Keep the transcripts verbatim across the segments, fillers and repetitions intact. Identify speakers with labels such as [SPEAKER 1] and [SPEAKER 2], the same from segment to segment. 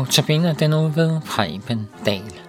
[SPEAKER 1] Notabene den uge ved Preben Dahl.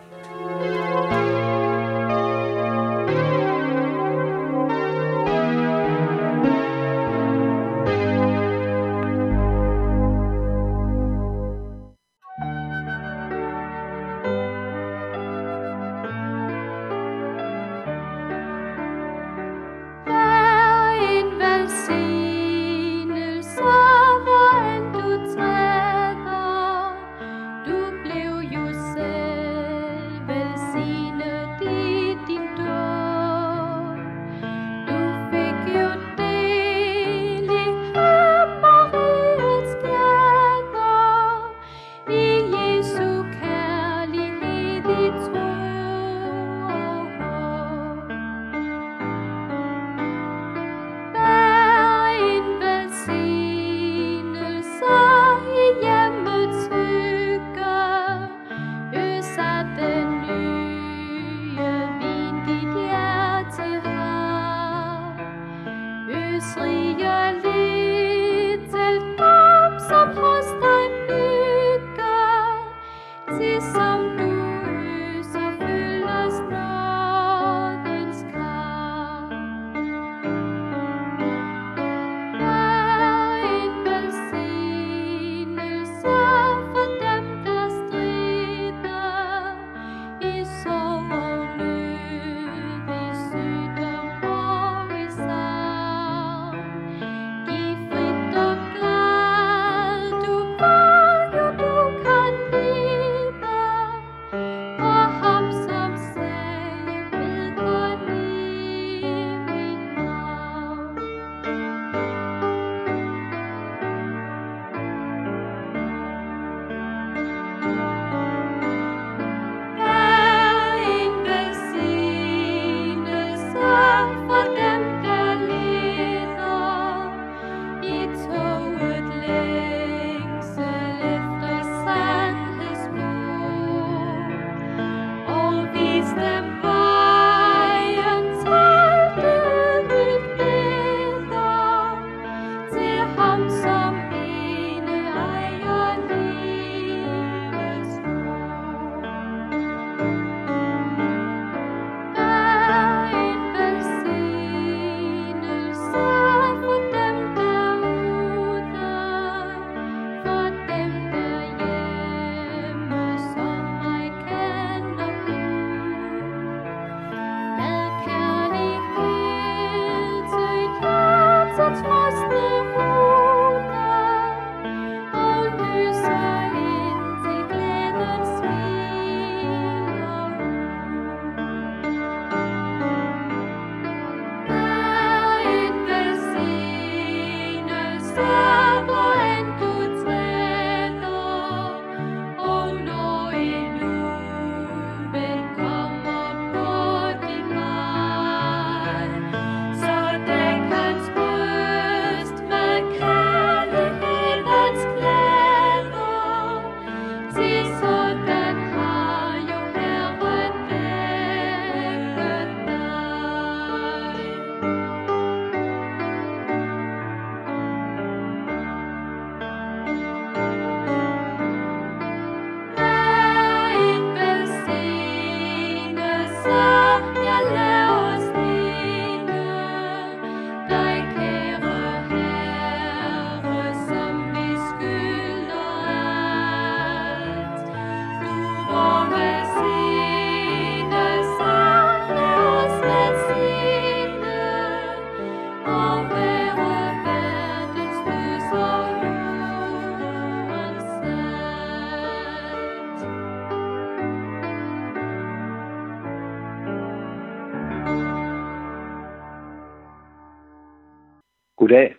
[SPEAKER 2] Goddag,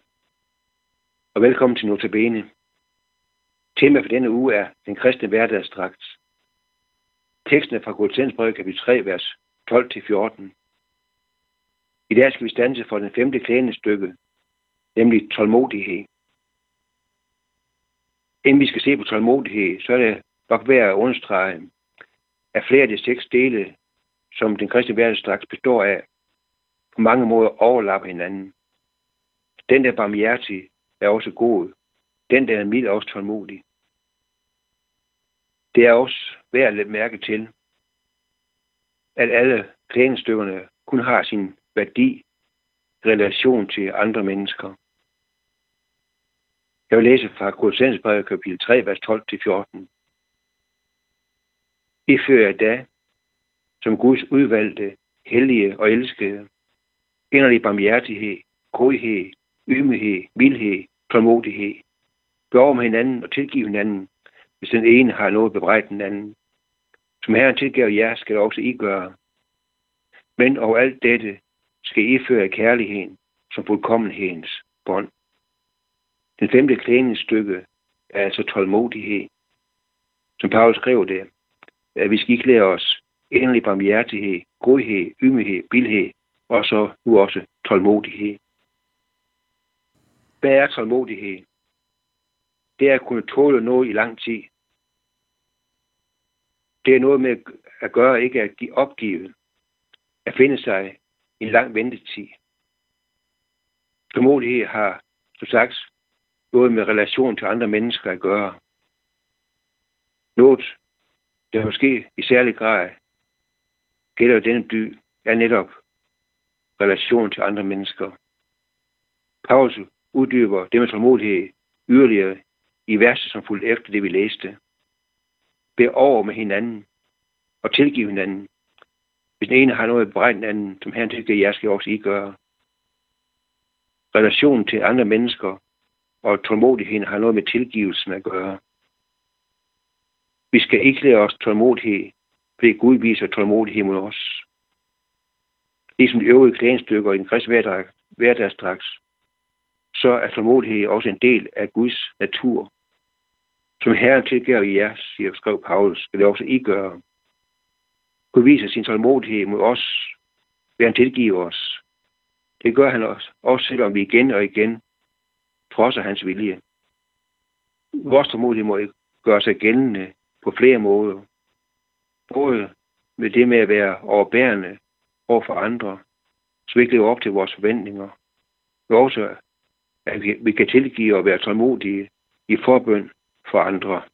[SPEAKER 2] og velkommen til Notabene. Tema for denne uge er den kristne hverdagsdragt. Teksten er fra Kolossenserbrevet kapitel tre, vers tolv til fjorten. I dag skal vi standse for den femte klædningsstykke, nemlig tålmodighed. Inden vi skal se på tålmodighed, så er det nok værd at understrege, at flere af de seks dele, som den kristne hverdagsdragt består af, på mange måder overlapper hinanden. Den, der er barmhjertig, er også god. Den, der er mild, er også tålmodig. Det er også værd at lægge mærke til, at alle klædningsstykkerne kun har sin værdi i relation til andre mennesker. Jeg vil læse fra Kolossenserbrevet kapitel tre, vers tolv til fjorten. I fører jeg da, som Guds udvalgte, hellige og elskede, inderlig barmhjertighed, godhed, ydmyghed, mildhed, tålmodighed. Gør over med hinanden og tilgive hinanden, hvis den ene har noget at bebrejde den anden. Som Herren tilgav jer, skal også I gøre. Men over alt dette skal I føre kærligheden som fuldkommenhedens bånd. Den femte klædningsstykke er altså tålmodighed. Som Paulus skrev det, at vi skal iklæde os endelig barmhjertighed, godhed, ydmyghed, mildhed og så nu også tålmodighed. Hvad er tålmodighed? Det er at kunne tåle noget i lang tid. Det er noget med at gøre, ikke at give opgive. At finde sig i en lang ventetid. Tålmodighed har, som sagt, noget med relation til andre mennesker at gøre. Noget, der måske i særlig grad gælder denne by, er netop relation til andre mennesker. Paulus uddyber det med tålmodighed yderligere i verset, som fulgte efter det, vi læste. Bær over med hinanden og tilgive hinanden. Hvis den ene har noget at bebrejde den anden, som Herren tilgiver jer, skal også I gøre. Relationen til andre mennesker og tålmodigheden har noget med tilgivelsen at gøre. Vi skal ikke lade os tålmodighed, fordi Gud viser tålmodighed mod os. Ligesom de øvrige klædningsstykker i den kristne hverdagsdragt, så er tålmodighed også en del af Guds natur. Som Herren tilgiver jer, siger skrev Paulus, skal det også I gøre. Gud viser sin tålmodighed mod os, ved han tilgiver os. Det gør han også, også selvom vi igen og igen trodser hans vilje. Vores tålmodighed må gøre sig gældende på flere måder. Både med det med at være overbærende over for andre, så vi ikke lever op til vores forventninger. Men også, at vi kan tilgive og være tålmodige i forbøn for andre.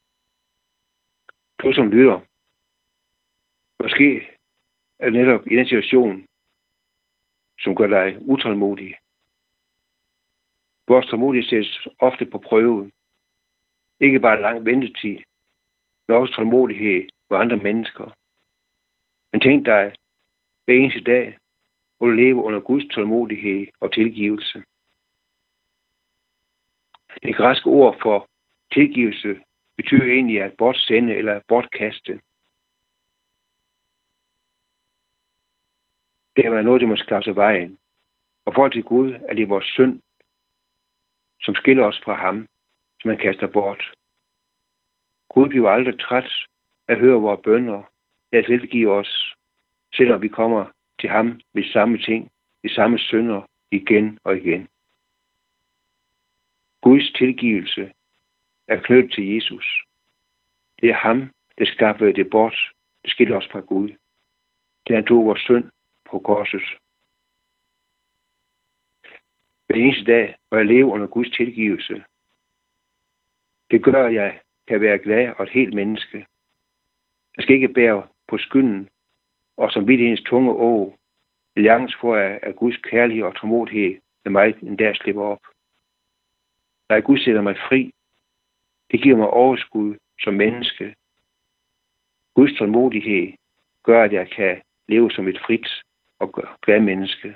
[SPEAKER 2] Du som lytter, måske er det netop i den situation, som gør dig utålmodig. Vores tålmodighed sættes ofte på prøve. Ikke bare lang ventetid, men også tålmodighed med andre mennesker. Men tænk dig, hver eneste dag, hvor du lever under Guds tålmodighed og tilgivelse. Det græske ord for tilgivelse betyder egentlig at bortsende eller bortkaste. Det er noget, det må skaffe vejen. Og for til Gud er det vores synd, som skiller os fra ham, som han kaster bort. Gud bliver aldrig træt at høre vores bønner, at tilgive os, selvom vi kommer til ham med samme ting, de samme synder igen og igen. Guds tilgivelse er knyttet til Jesus. Det er ham, der skaffede det bort, det skiller os fra Gud. Det han tog vores synd på korset. Hver eneste dag, hvor jeg lever under Guds tilgivelse, det gør, at jeg kan være glad og et helt menneske. Jeg skal ikke bære på skylden, og som vidt hendes tunge å, alliance for at Guds kærlighed og tålmodighed med mig en dag slipper op. Når Gud sætter mig fri, det giver mig overskud som menneske. Guds tålmodighed gør, at jeg kan leve som et frit og glad menneske.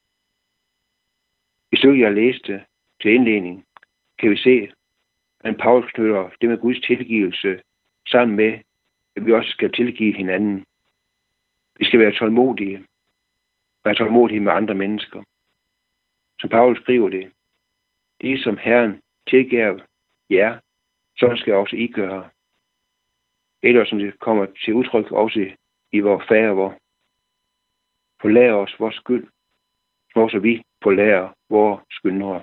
[SPEAKER 2] I stykket, jeg læste til indledning, kan vi se, at Paulus knytter det med Guds tilgivelse sammen med, at vi også skal tilgive hinanden. Vi skal være tålmodige. Være tålmodige med andre mennesker. Som Paulus skriver det, det som Herren tilgav jer, så skal også I gøre. Eller som det kommer til udtryk også i vores fader, hvor forlader os vores skyld, så også vi forlader vores skyldnere.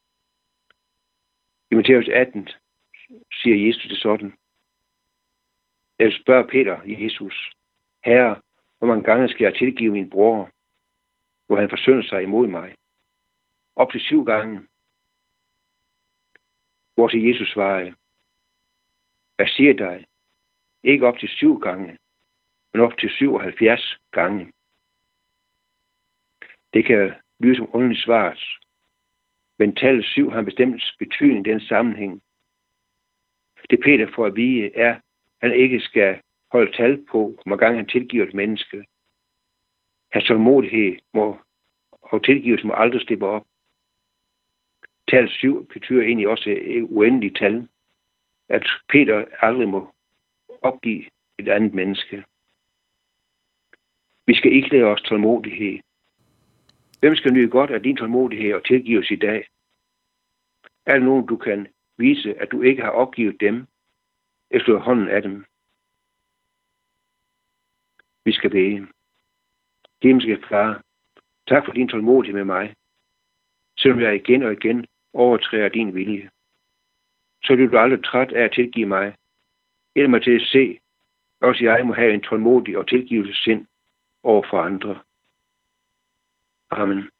[SPEAKER 2] I Matthæus atten siger Jesus det sådan. Jeg spørger Peter, Jesus, Herre, hvor mange gange skal jeg tilgive min bror, hvor han forsynder sig imod mig? Op til syv gange. Hvor til Jesus svarede, hvad siger dig? Ikke op til syv gange, men op til syvoghalvfjerds gange. Det kan lyde som underligt svaret, men tallet syv har en bestemt betydning i den sammenhæng. Det Peter får at vide er, at han ikke skal holde tal på, hvor mange gange han tilgiver et menneske. Hans tålmodighed må, og tilgivelse må aldrig slippe op. Tal syv betyder egentlig også et uendeligt tal, at Peter aldrig må opgive et andet menneske. Vi skal ikke lade os tålmodighed. Hvem skal nyde godt af din tålmodighed og tilgivelse i dag? Er der nogen, du kan vise, at du ikke har opgivet dem, efter hånden af dem? Vi skal bede. Himmelske Far, tak for din tålmodighed med mig, selvom jeg igen og igen overtræder din vilje. Så bliver du aldrig træt af at tilgive mig. Hjælp mig til at se, at også jeg må have en tålmodig og tilgivelsessind over for andre. Amen.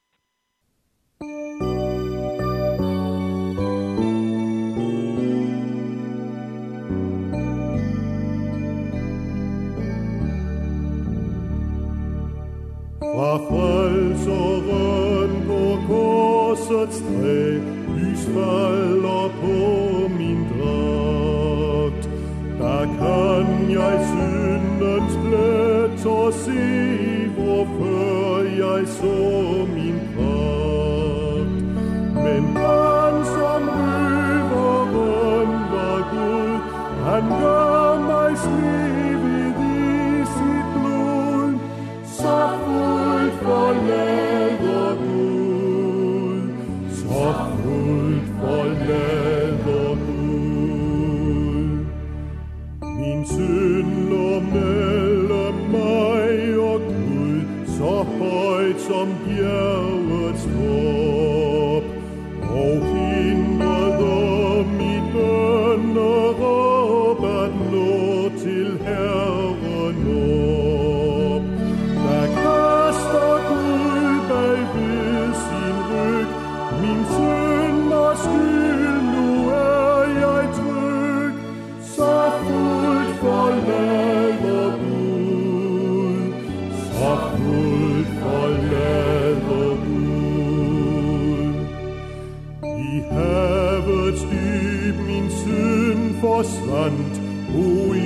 [SPEAKER 3] Fra frelseren på korsets træ, lys falder på min dragt. Der kan jeg syndens pletter se, hvor før jeg så min pragt. Men han som røveren var Gud, han gør mig snevet i sit blod, så fuldt forlader Gud, så fuldt forlader Gud. Min synder mellem mig og Gud, så højt som bjergets top, og hindrede mit bønneråb at nå til Herren op. Der kaster Gud bag ved sin ryg, min synders skyld, nu er jeg tryg, så fuldt forlader Gud, så fuldt forlader Gud. I havets dyb min synd forsvandt, o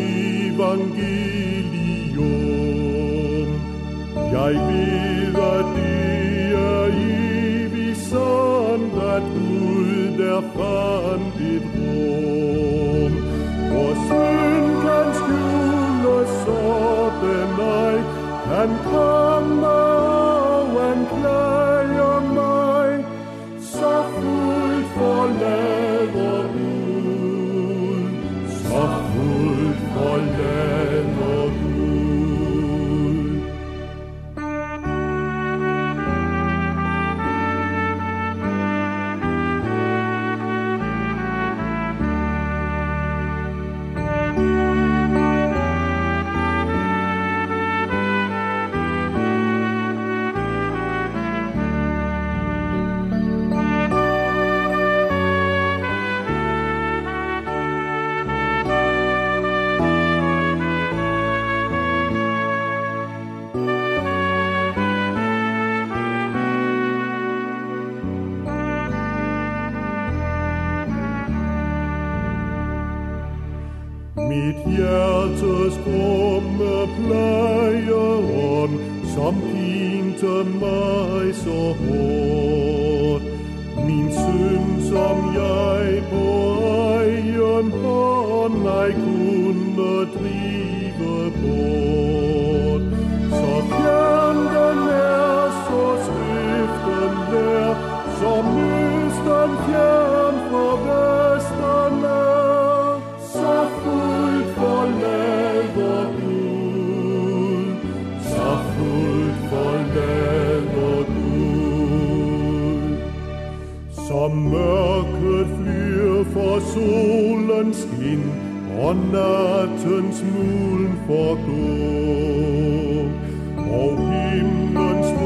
[SPEAKER 3] evangelium. Jeg ved, at det er evig sandt, at Gud der fandt et rum, hvor synd kan skjules, sådan ej, han komme og anklager mig, så fuldt forlader Gud, så fuldt forlader Gud. Mit hjertes brumme plejeren, som pinte mig så hårdt. Min synd, som jeg på egen hånd ej kunne drive bort. Så fjern den er, så skriften der, som østen fjern fra vesten er, så fuldt forlader Gud, så fuldt forlader Gud. Som mørket flyr for solens skin, og nattens mulm forgår, og himlens